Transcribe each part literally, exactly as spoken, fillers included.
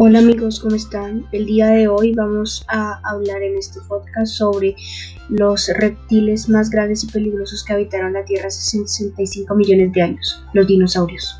Hola amigos, ¿cómo están? El día de hoy vamos a hablar en este podcast sobre los reptiles más grandes y peligrosos que habitaron la Tierra hace sesenta y cinco millones de años, los dinosaurios.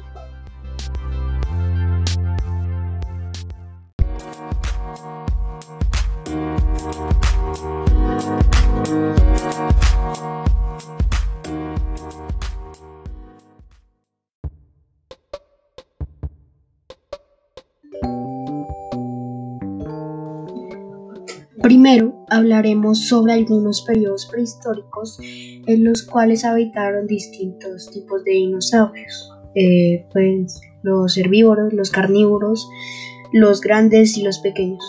Primero hablaremos sobre algunos periodos prehistóricos en los cuales habitaron distintos tipos de dinosaurios, eh, pues los herbívoros, los carnívoros, los grandes y los pequeños.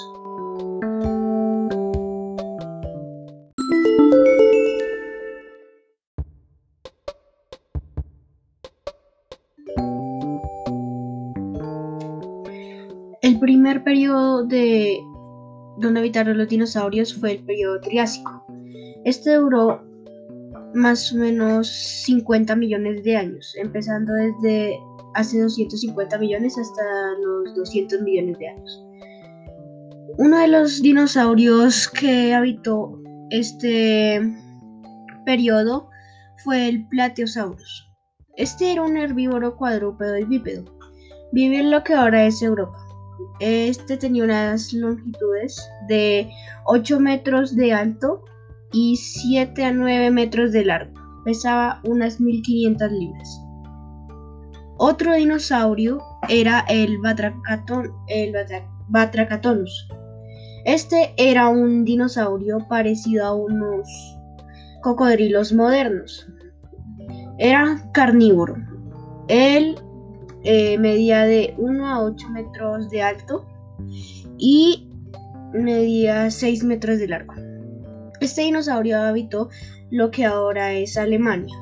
El primer periodo de donde habitaron los dinosaurios fue el periodo Triásico. Este duró más o menos cincuenta millones de años, empezando desde hace doscientos cincuenta millones hasta los doscientos millones de años. Uno de los dinosaurios que habitó este periodo fue el Plateosaurus. Este era un herbívoro cuadrúpedo y bípedo. Vive en lo que ahora es Europa. Este tenía unas longitudes de ocho metros de alto y siete a nueve metros de largo. Pesaba unas mil quinientas libras. Otro dinosaurio era el Batracaton, el Batracatonus. Este era un dinosaurio parecido a unos cocodrilos modernos. Era carnívoro. Él Eh, medía de uno a ocho metros de alto y medía seis metros de largo. Este dinosaurio habitó lo que ahora es Alemania.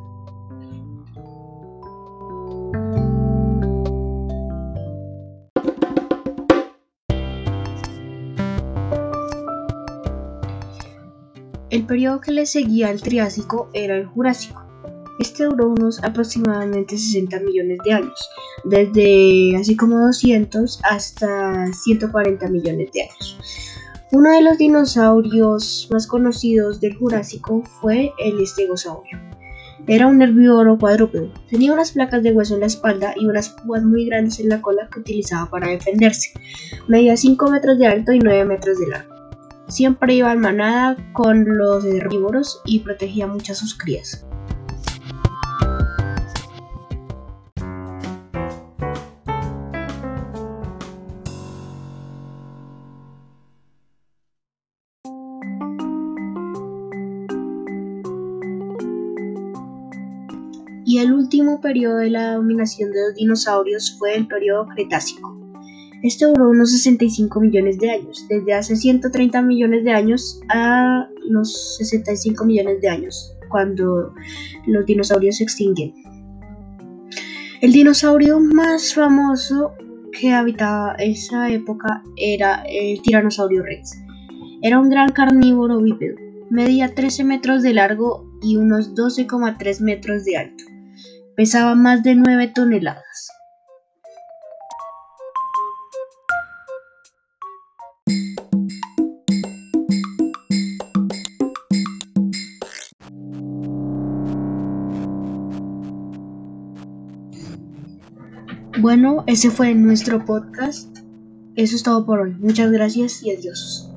El periodo que le seguía al Triásico era el Jurásico. Este duró unos aproximadamente sesenta millones de años, desde así como doscientos hasta ciento cuarenta millones de años. Uno de los dinosaurios más conocidos del Jurásico fue el Estegosaurio. Era un herbívoro cuadrúpedo. Tenía unas placas de hueso en la espalda y unas púas muy grandes en la cola que utilizaba para defenderse. Medía cinco metros de alto y nueve metros de largo. Siempre iba en manada con los herbívoros y protegía mucho a sus crías. Y el último periodo de la dominación de los dinosaurios fue el periodo Cretácico. Este duró unos sesenta y cinco millones de años, desde hace ciento treinta millones de años a los sesenta y cinco millones de años, cuando los dinosaurios se extinguen. El dinosaurio más famoso que habitaba esa época era el Tiranosaurio Rex. Era un gran carnívoro bípedo. Medía trece metros de largo y unos doce coma tres metros de alto. Pesaba más de nueve toneladas. Bueno, ese fue nuestro podcast. Eso es todo por hoy. Muchas gracias y adiós.